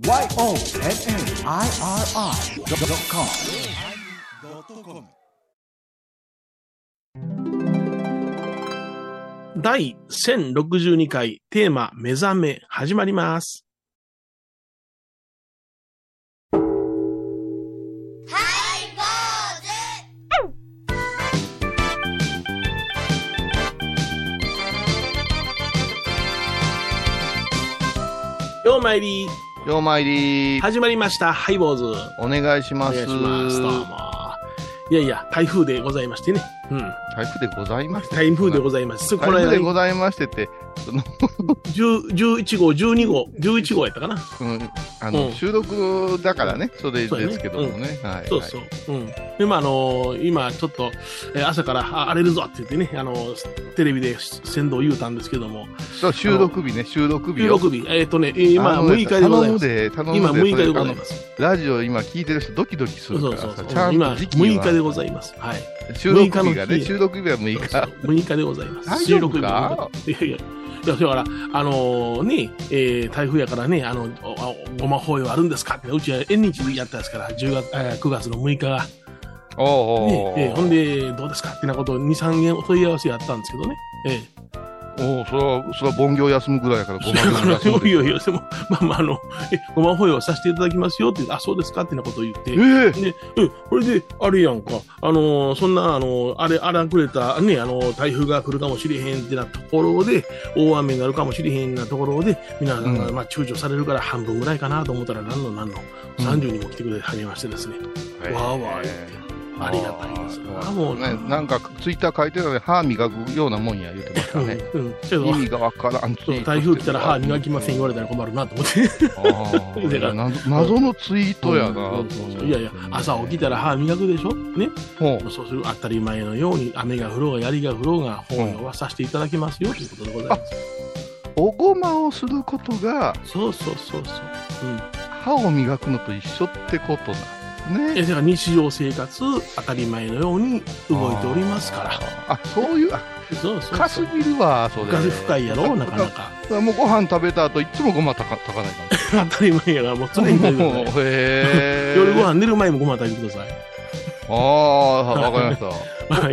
YONNIRI.com 第1062回テーマ目覚め始まります。ようまいりようまいり始まりましたハイボーズお願いします。 お願いします。どうも。いやいや台風でございましてね。 台風でございまして。 台風でございます。 台風でございましてって、 11号、12号、11号やったかな。 収録だからね、それですけどもね。はい。 そうそう。で、今ちょっと、朝から荒れるぞって言ってね、テレビで先導言うたんですけども。 そう、収録日ね、収録日。 今6日でございます。今6日でございます。 ラジオ今聞いてる人ドキドキするからさ、ちゃんと今6日でございます。はい。 収録日がね、収録日は6日。 6日でございます。 収録日か？ いや、だから、台風やからね、ごま法要あるんですかって、うちは縁日やったんですから、9月の6日が。ほんで、どうですかってなことを2、3件お問い合わせやったんですけどね。 それは盆行休むぐらいやからごま法要休む。 いや、でも、ごま法要させていただきますよって、そうですかってなことを言って。で、これで、あれやんか、そんな、荒くれた、ね、台風が来るかもしれへんってなところで、大雨になるかもしれへんなところで、皆さんが、躊躇されるから半分ぐらいかなと思ったら、何の、30人も来てくれはりましてですね。わーわー言って。ありがたいですな。もうね、なんかツイッター書いてるので歯磨くようなもんや言うてましたね。意味がわからん。 台風来たら歯磨きません言われたら困るなと思って。 謎のツイートやな。 いやいや、朝起きたら歯磨くでしょね。そうする当たり前のように雨が降ろうが槍が降ろうが法要はさせていただきますよということでございます。 おごまをすることが、 そう。 歯を磨くのと一緒ってことな。ね、 だから日常生活当たり前のように動いておりますから。 そういうかすぎるわ。それ深いやろなかなか。 もうご飯食べた後いつもごま炊かないかん当たり前やからもう常に食べてください。夜ご飯寝る前もごま炊いてください。 わかりました。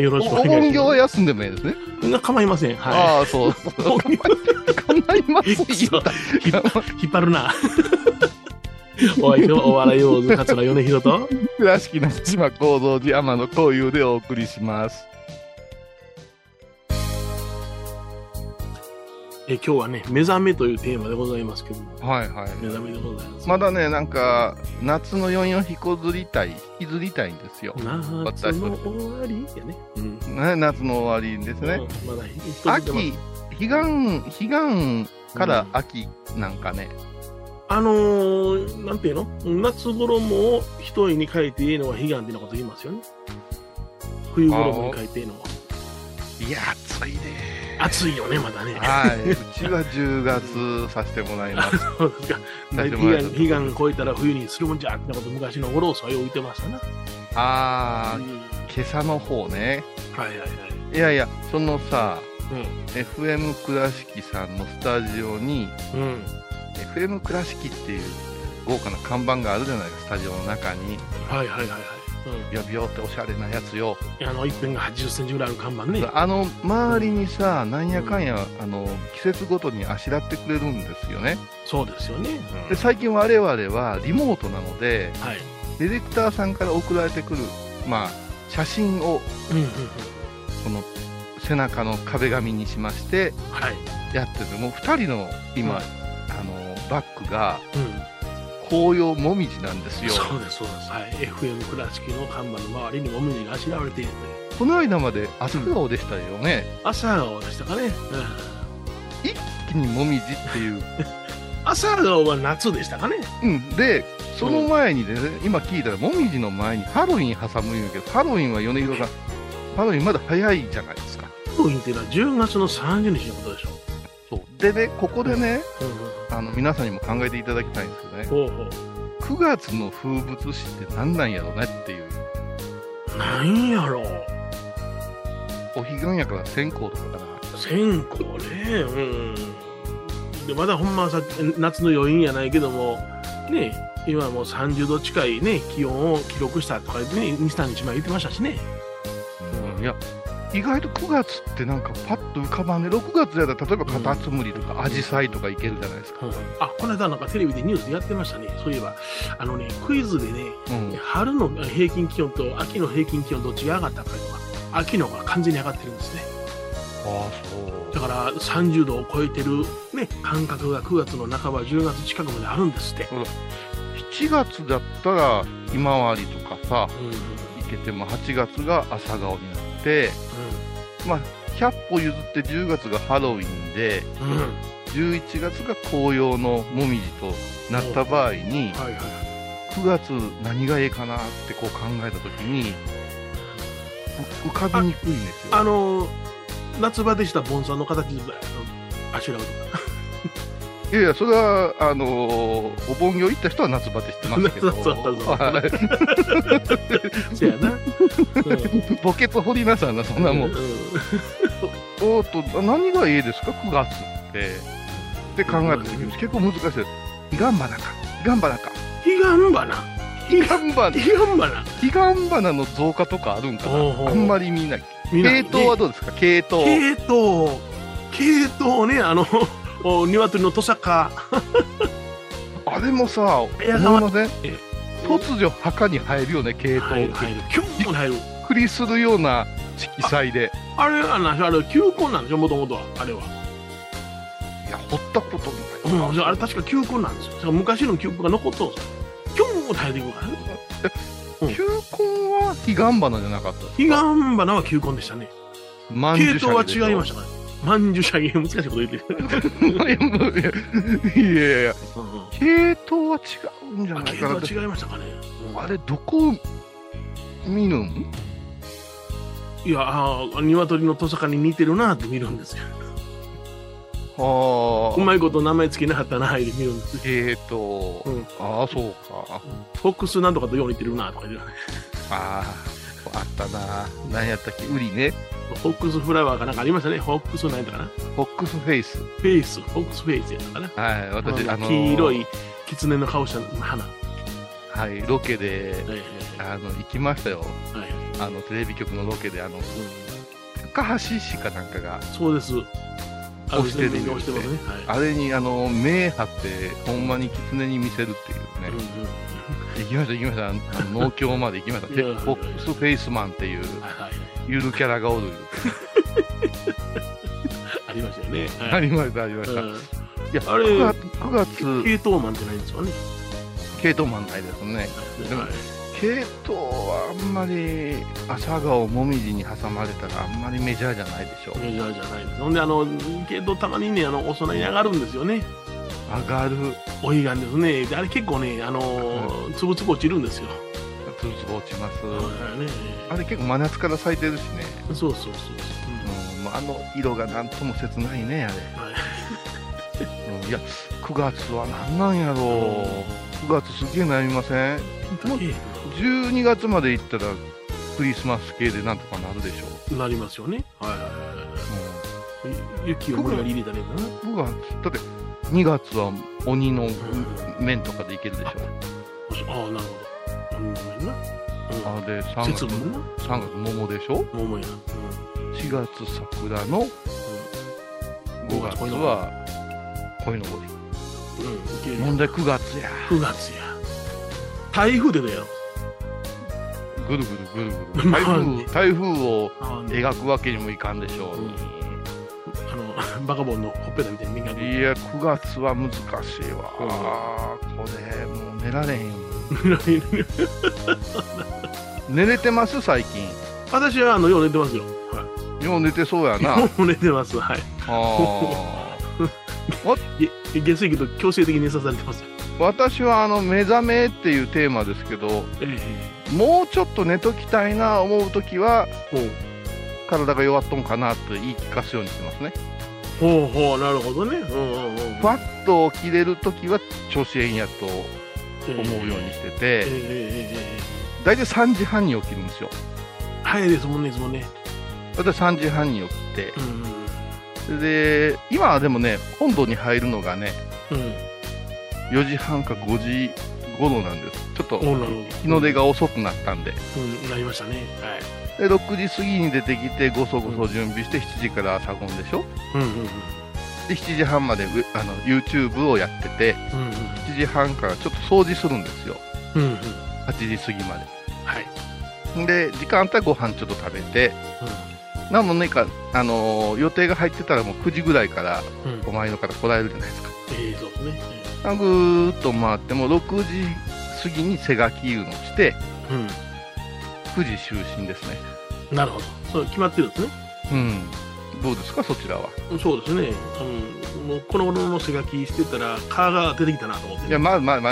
よろしくお願いします。 お盆行は休んでもいいですね。 構いません。 そう構いません。 引っ張るな。お相手はお笑い王子桂米広と倉敷の島幸三寺天野幸雄でお送りします。 今日はね目覚めというテーマでございますけども、 目覚めでございます。 まだねなんか夏の44引きずりたいんですよ。 夏の終わりやね、夏の終わりですね。 まだ秋彼岸から秋なんかね。 なんていうの夏衣を一重に変えていいのは彼岸ってなこと言いますよね。冬衣に変えていいのは。 いや、暑いね。 暑いよね、まだね。 うちは10月させてもらいます。 彼岸超えたら冬にするもんじゃってなこと昔のゴロースはよう言ってましたな。 今朝の方ね。 いやいや、そのさ、FM 倉敷さんのスタジオに、FM 倉敷っていう豪華な看板があるじゃないですか、スタジオの中に。ビョビョっておしゃれなやつよ。 一辺が80センチぐらいある看板ね。 周りにさ、なんやかんや、季節ごとにあしらってくれるんですよね。 そうですよね。 で最近我々はリモートなので、ディレクターさんから送られてくる、写真を、この背中の壁紙にしまして、やってて、もう2人の今、バックが、紅葉もみじなんですよ。 そうです。FM 倉敷の看板の周りにもみじがあしらわれているので。 この間まで朝顔でしたよね。 朝顔でしたかね。 一気にもみじっていう。 朝顔は夏でしたかね。 で、その前にね、今聞いたら、もみじの前にハロウィン挟むんやけど、ハロウィンは米広さん、ハロウィンまだ早いじゃないですか。ハロウィンっていうのは10月の30日のことでしょ。 でね、ここでね、皆さんにも考えていただきたいんですよね。9月の風物詩って何なんやろねっていう。 何やろう。 お彼岸やから線香とかかな。 線香ね。でまだほんまさ夏の余韻やないけども、 ね、今もう30度近いね、気温を記録したとかね、2、3日前言ってましたしね。 いや、意外と9月ってなんかパッと浮かばんね。6月やったら例えばカタツムリとかアジサイとかいけるじゃないですか。 あ、この間なんかテレビでニュースでやってましたね。そういえば、クイズでね、春の平均気温と秋の平均気温どっちが上がったかとか、秋のが完全に上がってるんですね。 ああ、そう。 だから30度を超えてるね、感覚が9月の半ば、10月近くまであるんですって。 7月だったらひまわりとかさ、いけても8月が朝顔になって、まあ100歩譲って10月がハロウィンで、11月が紅葉のもみじとなった場合に、9月何がええかなってこう考えたときに浮かびにくいんですよ。 夏場でした盆栽の形であしらうとか。 いやいや、それはお盆行行った人は夏バテしてますけど。 そやな。 墓穴掘りなさんな、そんなもん。おっと、何がいいですか、9月って。って考えたときに結構難しいです。彼岸花か。彼岸花か。 彼岸花彼岸花。 彼岸花。 彼岸花の増加とかあるんかな。あんまり見ない。系統はどうですか、系統。 系統ね、鶏のトサカ。 あれもさ、思いません？突如墓に入るよね、系統。 キュンと入る。 びっくりするような色彩で。 あれ球根なんでしょ、もともとは。あれは。 いや、掘ったことない。 あれ確か球根なんですよ。昔の球根が残っとるんですよ。キュンと入っていくからね。 球根は彼岸花じゃなかったですか？ 彼岸花は球根でしたね。系統は違いましたからね。まんじゅしゃげ、難しいこと言ってる。 いやいや、系統は違うんじゃないかな。 系統は違いましたかね。 あれ、どこ見るん？ いや、鶏のトサカに似てるなって見るんですよ。うまいこと名前つけなかったなって見るんですよ。 ああ、そうか。 フォックスなんとかとよう似てるなとか言う。 あったな。何やったっけ、ウリね。 フォックスフラワーかなんかありましたね。フォックスなんとかな。 フォックスフェイス。 フォックスフェイスやったかな。 はい、私、 黄色い狐の顔した花。 はい、ロケで、行きましたよ。テレビ局のロケで、高橋氏かなんかが。 そうです。 押してるんですね。あれに、目張って、ほんまに狐に見せるっていうね。行きました。農協まで行きました。フォックスフェイスマンっていう、ゆるキャラがおる。 ありましたよね。 ありました。いや、 あれ、 9月。 系統マンってないんですよね。 系統マンないですね。でも、系統はあんまり朝顔もみじに挟まれたらあんまりメジャーじゃないでしょう。 メジャーじゃないです。ほんで、系統たまにね、お供えに上がるんですよね。 上がる。 お彼岸ですね。あれ結構ね、つぶつぶ落ちるんですよ。 つぶつぶ落ちます。あれ結構真夏から咲いてるしね。 そう。 色がなんとも切ないね、あれ。いや、9月は何なんやろう。9月すげえ悩みません？12月まで行ったらクリスマス系でなんとかなるでしょう。 なりますよね。雪を無理やり入れたらいいんだな。 僕はだって2月は鬼の面とかでいけるでしょ。 ああ、なるほど。鬼の面な。 で3月桃でしょ。 桃や。 4月桜の5月は鯉のぼり。問題9月や。台風でだよ。ぐるぐる。台風を描くわけにもいかんでしょう。 バカボンのほっぺたみたいに磨く。 いや、9月は難しいわ。これもう寝られへん。寝れてます最近？ 私はよう寝てますよ。 よう寝てそうやな。 よう寝てます。はい。下水器と強制的に寝さされてますよ。 私は目覚めっていうテーマですけど、もうちょっと寝ときたいな思うときは体が弱っとんかなと言い聞かすようにしてますね。 なるほどね。 パッと起きれるときは調子ええんやと思うようにしてて、大体3時半に起きるんですよ。 早いですもんね、いつもね。 私3時半に起きて、で今はでもね、本土に入るのがね、 4時半か5時頃なんです。ちょっと日の出が遅くなったんで。 なりましたね。 はい。で、6時過ぎに出てきて、ごそごそ準備して、7時から朝ごんでしょ。で、7時半までYouTube をやってて、7時半からちょっと掃除するんですよ。8時過ぎまで。 はい。 で、時間あったらご飯ちょっと食べて、なので、予定が入ってたらもう9時ぐらいからお参りの方来られるじゃないですか。 そうですね。 ぐーっと回っても6時過ぎに背書きいうのをして、9時就寝ですね。 なるほど。そう決まってるんですね。 どうですか、そちらは。 そうですね。もうこの頃の背書きしてたら、蚊が出てきたなと思って。 いや、間違いない。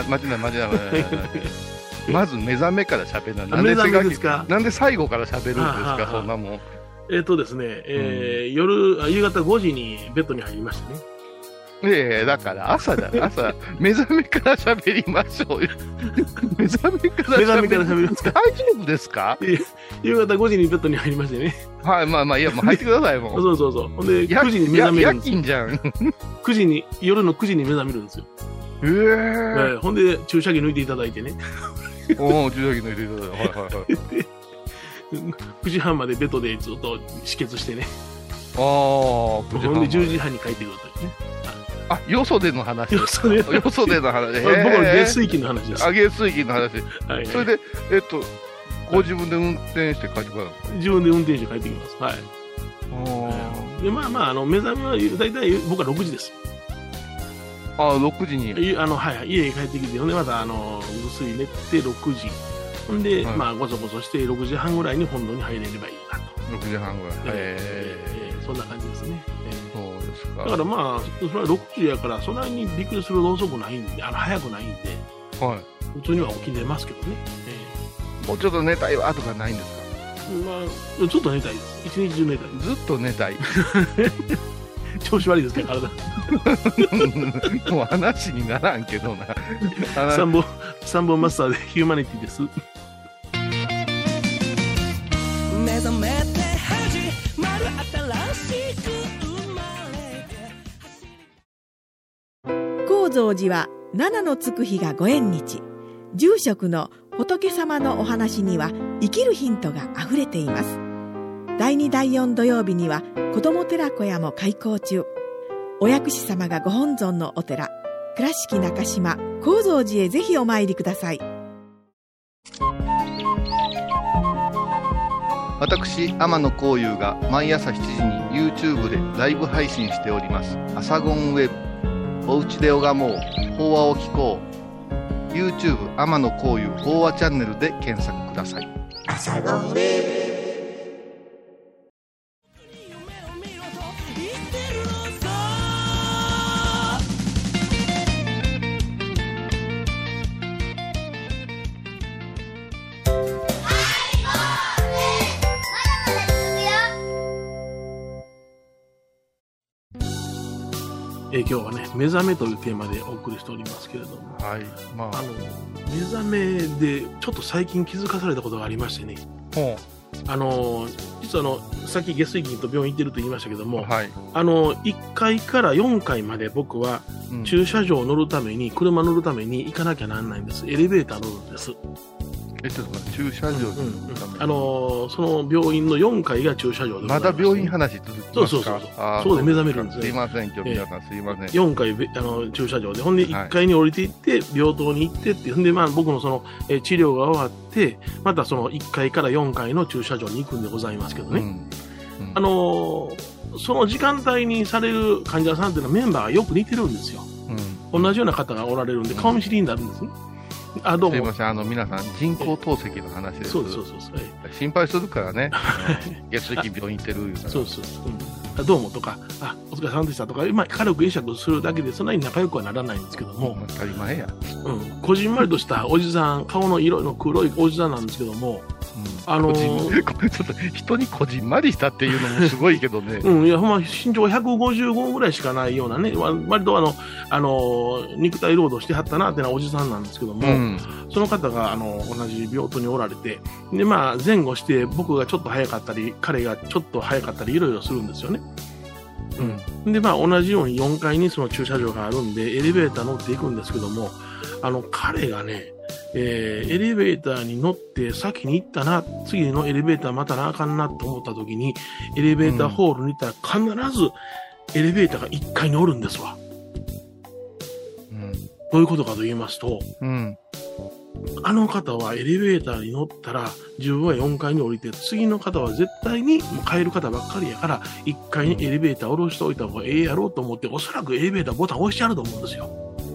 まず目覚めから喋るな。 目覚めですか。 なんで最後から喋るんですか、そんなもん。 ですね、夕方5時にベッドに入りましたね。 だから朝、目覚めから喋りましょうよ。目覚めから喋りますか。大丈夫ですか。 夕方5時にベッドに入りましてね。 はい、いや、もう入ってください、もう。 そう。ほんで、9時に目覚めるんですよ。 夜勤じゃん。 夜の9時に目覚めるんですよ。ほんで、注射器抜いていただいてね。 注射器抜いていただいて。はい。 9時半までベッドでずっと止血してね。 ほんで 10時半に帰ってくるというね。 よそでの話。よそでの話。 僕の月水金の話です。 月水金の話。それで、ご自分で運転して帰ってくる。 自分で運転して帰ってきます。はい。で、目覚めは大体僕は6時です。 6時に。 家に帰ってきて、ほんでまたぐっすり寝て6時。ほんで、ごそごそして6時半ぐらいに本堂に入れればいいなと。 6時半ぐらい。 そんな感じですね。 そうですか。 だからそれは6時やから、そんなにびっくりするほど遅くないんで、早くないんで、普通には起きれますけどね。 もうちょっと寝たいわとかないんですか。 ずっと寝たいです。一日中寝たい。 ずっと寝たい。 調子悪いですね、体。 もう話にならんけどな。 三本マスターでヒューマニティです。目覚めて始まる新しく生まれて。高蔵寺は七のつく日がご縁日。住職の仏様のお話には生きるヒントがあふれています。第2第4土曜日には子ども寺小屋も開校中。お薬師様がご本尊のお寺、倉敷中島・高蔵寺へぜひお参りください。 私天野幸雄が毎朝7時に YouTube でライブ配信しておりますアサゴンウェブ。おうちで拝もう、法話を聞こう。 YouTube 天野幸雄法話チャンネルで検索ください。アサゴンウェブ。 今日はね、目覚めというテーマでお送りしておりますけれども、目覚めでちょっと最近気づかされたことがありましてね、実はさっき下水金と病院行ってると言いましたけども、1階から4階まで僕は駐車場乗るために、車乗るために行かなきゃならないんです。エレベーター乗るんです。 ちょっと駐車場にその病院の4階が駐車場で、 まだ病院話続きますか。 そうで目覚めるんですね。 すいません、今日皆さんすいません。 4階駐車場で、ほんで1階に降りていって、病棟に行ってって、ほんで僕のその治療が終わって、またその1階から4階の駐車場に行くんでございますけどね。その時間帯にされる患者さんっていうのはメンバーがよく似てるんですよ。同じような方がおられるんで、顔見知りになるんですね。どうもすいません、皆さん人工透析の話です。 そう心配するからね。月水金病院行ってる。 どうもとか、お疲れ様でしたとか、軽く会釈するだけでそんなに仲良くはならないんですけども、 当たり前や。 こじんまりとしたおじさん、顔の色の黒いおじさんなんですけども、 これちょっと人にこじんまりしたっていうのもすごいけどね。 いや、身長155ぐらいしかないようなね、割と肉体労働してはったなってなおじさんなんですけども、その方が同じ病棟におられて、で前後して僕がちょっと早かったり、彼がちょっと早かったり、いろいろするんですよね。 で、同じように4階にその駐車場があるんで、エレベーター乗っていくんですけども、彼がね、エレベーターに乗って先に行ったな、次のエレベーターまたなあかんなと思った時に、エレベーターホールに行ったら必ずエレベーターが1階におるんですわ。どういうことかと言いますと、あの方はエレベーターに乗ったら自分は4階に降りて、次の方は絶対に帰る方ばっかりやから1階にエレベーター下ろしておいた方がええやろうと思って、おそらくエレベーターボタン押してあると思うんですよ。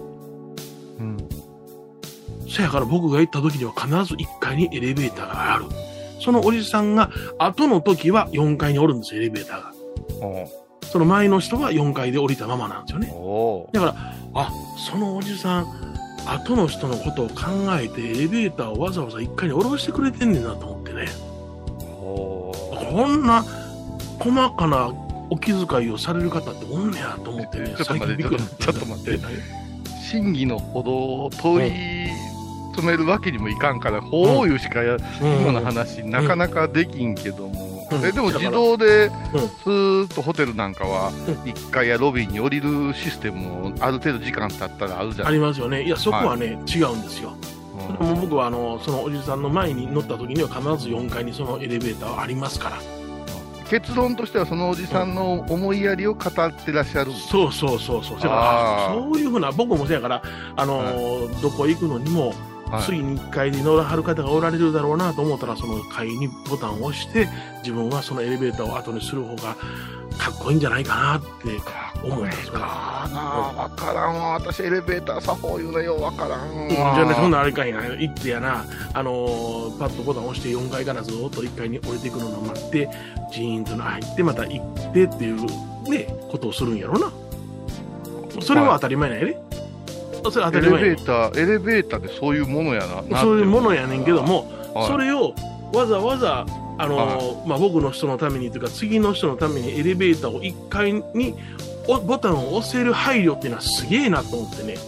そやから僕が行った時には必ず1階にエレベーターがある。そのおじさんが後の時は4階におるんですよ、エレベーターが。その前の人は4階で降りたままなんですよね。だからそのおじさん後の人のことを考えてエレベーターをわざわざ1階に下ろしてくれてんねんなと思ってね。こんな細かなお気遣いをされる方っておんねやと思ってね。 ちょっと待って。真偽のほどを問い詰めるわけにもいかんから、こういうしか今の話なかなかできんけども。でも自動でスーッとホテルなんかは1階やロビーに降りるシステムもある程度時間経ったらあるじゃないですか。 ありますよね。いや、そこはね、違うんですよ。それも僕はそのおじさんの前に乗った時には必ず4階にそのエレベーターはありますから。 結論としてはそのおじさんの思いやりを語ってらっしゃる。 そう。だからそういうふうな、僕もそうやからどこ行くのにも次に1階に乗らはる方がおられるだろうなと思ったら、その階にボタンを押して自分はそのエレベーターを後にする方がかっこいいんじゃないかなって思うんですよ。 分からんわ。私エレベーター作法言うのよ、分からんわ。 じゃあね、そんなあれかいな、行ってやな、パッとボタンを押して4階からずっと1階に降りてくるのを待って、ジーンと入ってまた行ってっていうねことをするんやろな。それは当たり前なんやね。それ当たり前や。エレベーターでそういうものやな。 そういうものやねんけども、それをわざわざ僕の人のためにというか次の人のためにエレベーターを1階にボタンを押せる配慮っていうのはすげえなと思ってね。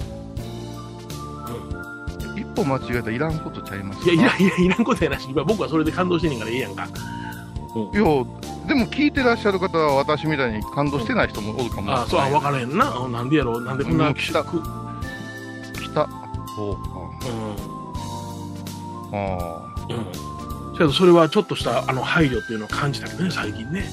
一歩間違えたらいらんことちゃいますか。 いらんことやなし、僕はそれで感動してんねんからええやんか。 いやでも聞いてらっしゃる方は私みたいに感動してない人もおるかもしれない。 そう、分からへんな。なんでやろう、なんでこんな来たそうか。 それはちょっとした配慮っていうのを感じたけどね、最近ね。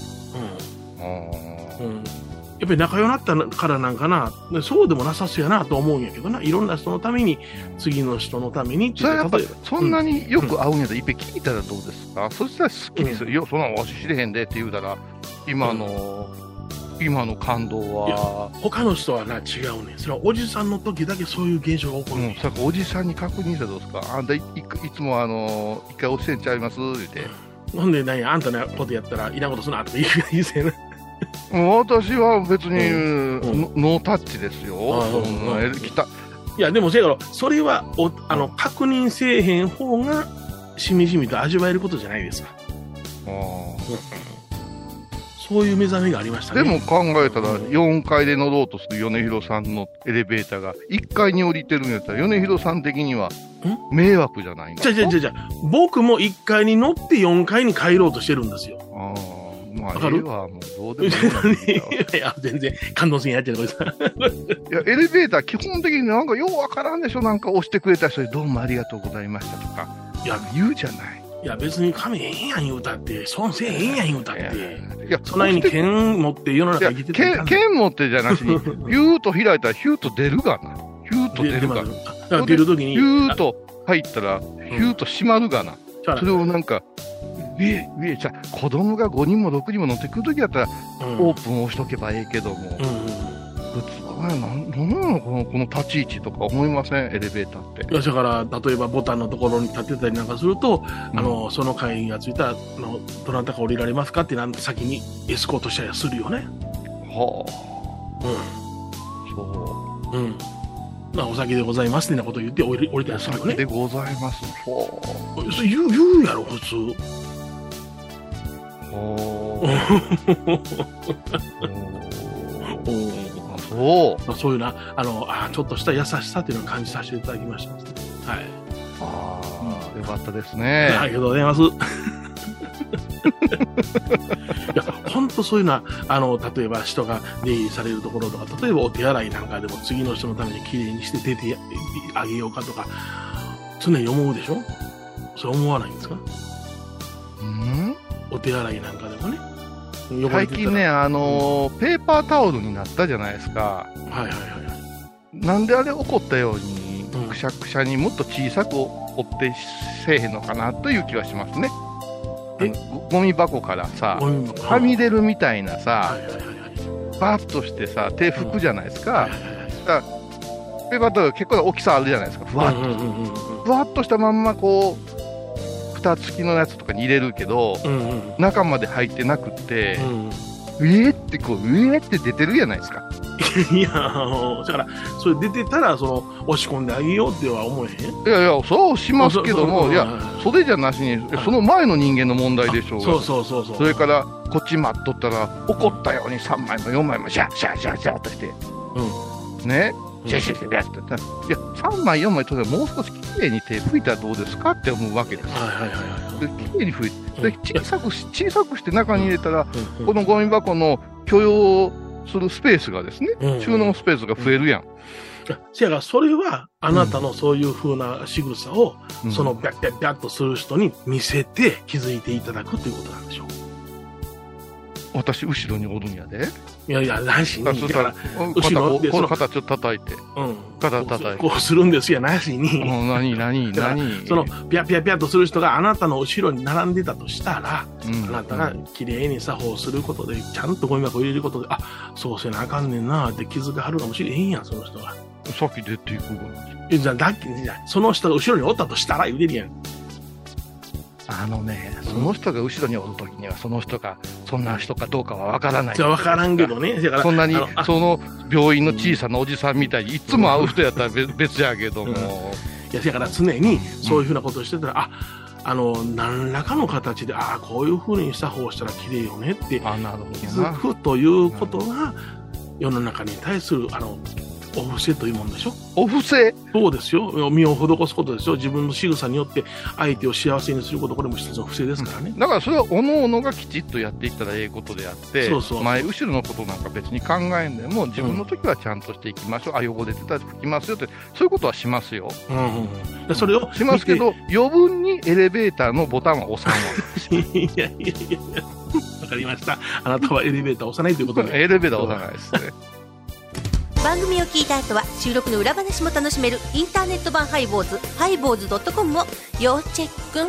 やっぱり仲良くなったからなんかな、そうでもなさそうやなと思うんやけどな。いろんな人のために、次の人のためにって。 それはやっぱりそんなによく会うんやったらいっぺん聞いたらどうですか。そしたらすっきりする。いや、そんなのわし知れへんでって言うたら、今の感動は。 他の人はな、違うねん。それはおじさんの時だけそういう現象が起こるねん。 おじさんに確認したらどうですか。あんたいつも一回押してんちゃいます言うて。 ほんで何や、あんたのことやったらいらんことすなとか言うせな。 私は別にノータッチですよ。 いやでもそれは確認せえへん方がしみじみと味わえることじゃないですか。そういう目覚めがありましたね。 でも考えたら4階で乗ろうとする米広さんのエレベーターが1階に降りてるんやったら米広さん的には迷惑じゃないんですか。 じゃ僕も1階に乗って4階に帰ろうとしてるんですよ。 まあ、もうどうでもいい。 いや、全然、感動せんやっちゃうこいつ。 いや、エレベーター、基本的になんかようわからんでしょ。なんか押してくれた人にどうもありがとうございましたとか。いや、言うじゃない。 いや、別に亀ええんやん言うたって、損せえへんやん言うたって。いや、そないに剣持って世の中生きてた。 剣持ってじゃなしに、ヒューと開いたらヒューと出るがな。ヒューと出るがな。 出るときに。 ヒューと入ったら、ヒューと閉まるがな。それをなんか、じゃ子供が5人も6人も乗ってくるときだったら、オープンを押しとけばええけども、なんなのこの立ち位置とか思いませんエレベーターって。 いやだから例えばボタンのところに立ってたりなんかすると、その階がついたらどなたか降りられますかって先にエスコートしたりするよね。お酒でございますってなことを言って降りたりするよね。 お酒でございます。 それ言うやろ普通。そういうなちょっとした優しさっていうのを感じさせていただきました。はい。 よかったですね。 ありがとうございます。 や、本当そういうのは、例えば人が出入りされるところとか、例えばお手洗いなんかでも次の人のためにきれいにして出てあげようかとか、常に思うでしょ？それ思わないんですか？お手洗いなんかでもね。 最近ね、ペーパータオルになったじゃないですか。 はいはいはい。 なんであれ起こったように、くしゃくしゃにもっと小さく折ってせえへんのかなという気はしますね。ゴミ箱からさ、はみ出るみたいなさ、バーッとしてさ、手拭くじゃないですか。だからペーパータオル結構な大きさあるじゃないですか。ふわっと。ふわっとしたまんまこう、蓋付きのやつとかに入れるけど、中まで入ってなくって、ってこう、って出てるじゃないですか。 いや、だから、それ出てたら、押し込んであげようっては思えへん？ いやいや、そうしますけども、いや、それじゃなしに、その前の人間の問題でしょうが。そう。それから、こっち待っとったら、怒ったように3枚も4枚もシャーっとして、ね、シャーってやってたら、いや、3枚4枚とってもう少しきれいに手拭いたらどうですかって思うわけです。きれいに拭いて、小さくして中に入れたら、このゴミ箱の許容するスペースがですね、収納スペースが増えるやん。 せやが、それは、あなたのそういう風な仕草を、そのビャッビャッビャッとする人に見せて気づいていただくということなんでしょう。 私、後ろにおるんやで。 いやいや、なしに。だから、 後ろで、この肩ちょっと叩いて。肩叩いて。 こうするんですよ、なしに。 何その、ピャピャピャとする人があなたの後ろに並んでたとしたら、あなたが綺麗に作法することで、ちゃんとゴミ箱入れることで、あ、そうせなあかんねんなって気づかはるかもしれへんやん、その人が。 さっき出ていくから。 じゃあ、その人が後ろにおったとしたら言うてるやん。 その人が後ろにおるときには、その人が、そんな人かどうかはわからない。 じゃあわからんけどね。 そんなに、その病院の小さなおじさんみたいに、いつも会う人やったら別やけども。 いや、だから常に、そういうふうなことをしてたら、何らかの形で、こういうふうに作法したら綺麗よねって、気づくということが、世の中に対する、お布施というものでしょ。 お布施？ そうですよ。身を施すことですよ。自分の仕草によって相手を幸せにすること、これも一つの布施ですからね。 だからそれは各々がきちっとやっていったらええことであって、前後ろのことなんか別に考えんでも、自分の時はちゃんとしていきましょう。汚れてたら拭きますよって、そういうことはしますよ。 それをしますけど、余分にエレベーターのボタンは押さんわけです。 いや。わかりました。あなたはエレベーター押さないということで。 エレベーター押さないですね。 番組を聞いた後は収録の裏話も楽しめるインターネット版ハイボーズ、ハイボーズ.com を要チェック。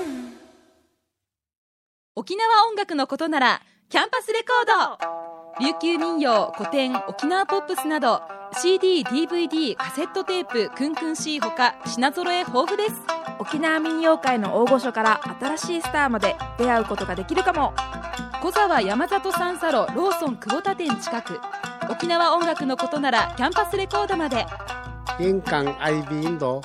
沖縄音楽のことならキャンパスレコード。琉球民謡、古典、沖縄ポップスなど CD、DVD、カセットテープ、クンクン C ほか品揃え豊富です。 沖縄民謡界の大御所から新しいスターまで出会うことができるかも。 小沢山里三佐路ローソン久保田店近く。沖縄音楽のことならキャンパスレコードまで。 玄関アイビーンド。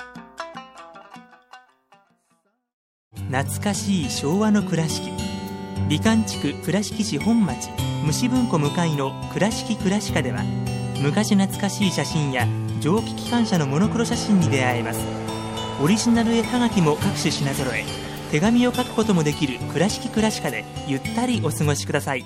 懐かしい昭和の倉敷。美観地区倉敷市本町虫文庫向かいの倉敷倉歯科では、昔懐かしい写真や蒸気機関車のモノクロ写真に出会えます。オリジナル絵はがきも各種品揃え、手紙を書くこともできる倉敷倉歯科でゆったりお過ごしください。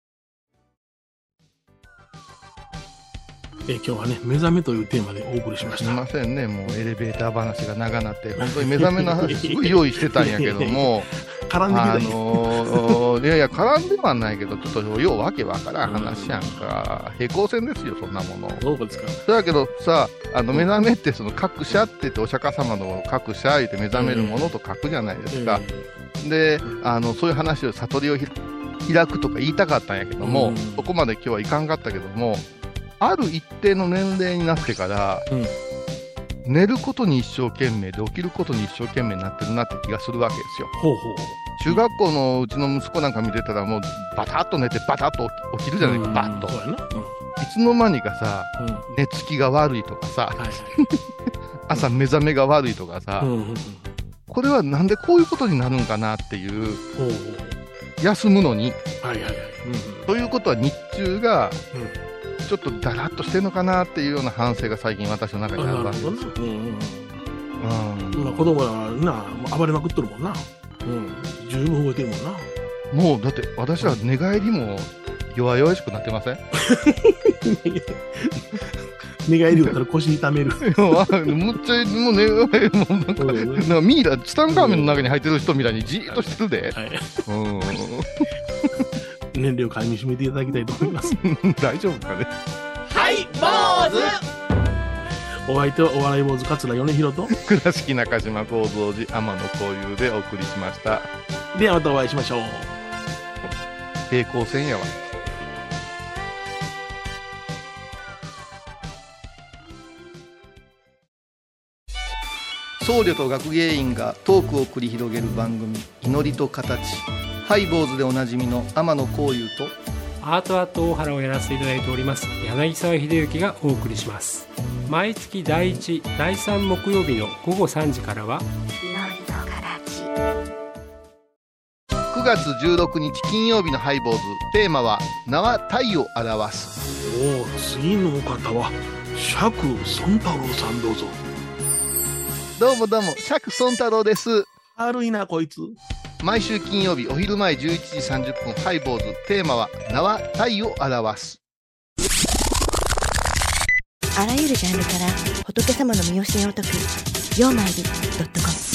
今日はね、目覚めというテーマでお送りしました。 すみませんね、もうエレベーター話が長なって、本当に目覚めの話すごい用意してたんやけども、 絡んできたいやいや、絡んではないけど、ちょっとようわけわからん話やんか。平行線ですよ、そんなもの。 どうですか。 だけどさ、目覚めって、その各社って言って、お釈迦様の各社言って目覚めるものと書くじゃないですか。で、そういう話を悟りを開くとか言いたかったんやけども、そこまで今日はいかんかったけども、ある一定の年齢になってから、寝ることに一生懸命で起きることに一生懸命になってるなって気がするわけですよ。中学校のうちの息子なんか見てたら、もうバタッと寝てバタッと起きるじゃないか、バッと。いつの間にかさ、寝つきが悪いとかさ、朝目覚めが悪いとかさ、これはなんでこういうことになるんかなっていう、休むのに、ということは日中が、ちょっとだらっとしてるのかなっていうような反省が最近私の中にあるわけですよ。 子供はな、暴れまくっとるもんな。十分動いてるもんな。 もうだって私ら寝返りも弱々しくなってません？ 寝返り打ったら腰痛める。 むっちゃもう寝返りもなんかミイラツタンカーメンの中に入ってる人みたいにじーっとしてるで。はい、 年齢を噛み締めていただきたいと思います。 大丈夫かね。 はい坊主。 お相手はお笑い坊主桂米宏と倉敷中島幸三寺天野幸雄でお送りしました。 ではまたお会いしましょう。 平行線やわ。僧侶と学芸員がトークを繰り広げる番組、祈りと形。ハイ坊主でおなじみの天野幸雄とアートアット大原をやらせていただいております柳沢秀幸がお送りします。毎月第1、第3木曜日の午後3時からは 9月16日金曜日のハイ坊主、テーマは名は体を表す。 おお、次のお方は釈尊太郎さん、どうぞ。 どうもどうも、釈尊太郎です。 悪いなこいつ。 毎週金曜日お昼前11時30分、ハイ坊主、テーマは名は体を表す。 あらゆるジャンルから仏様の身教えを解く曜マイル.com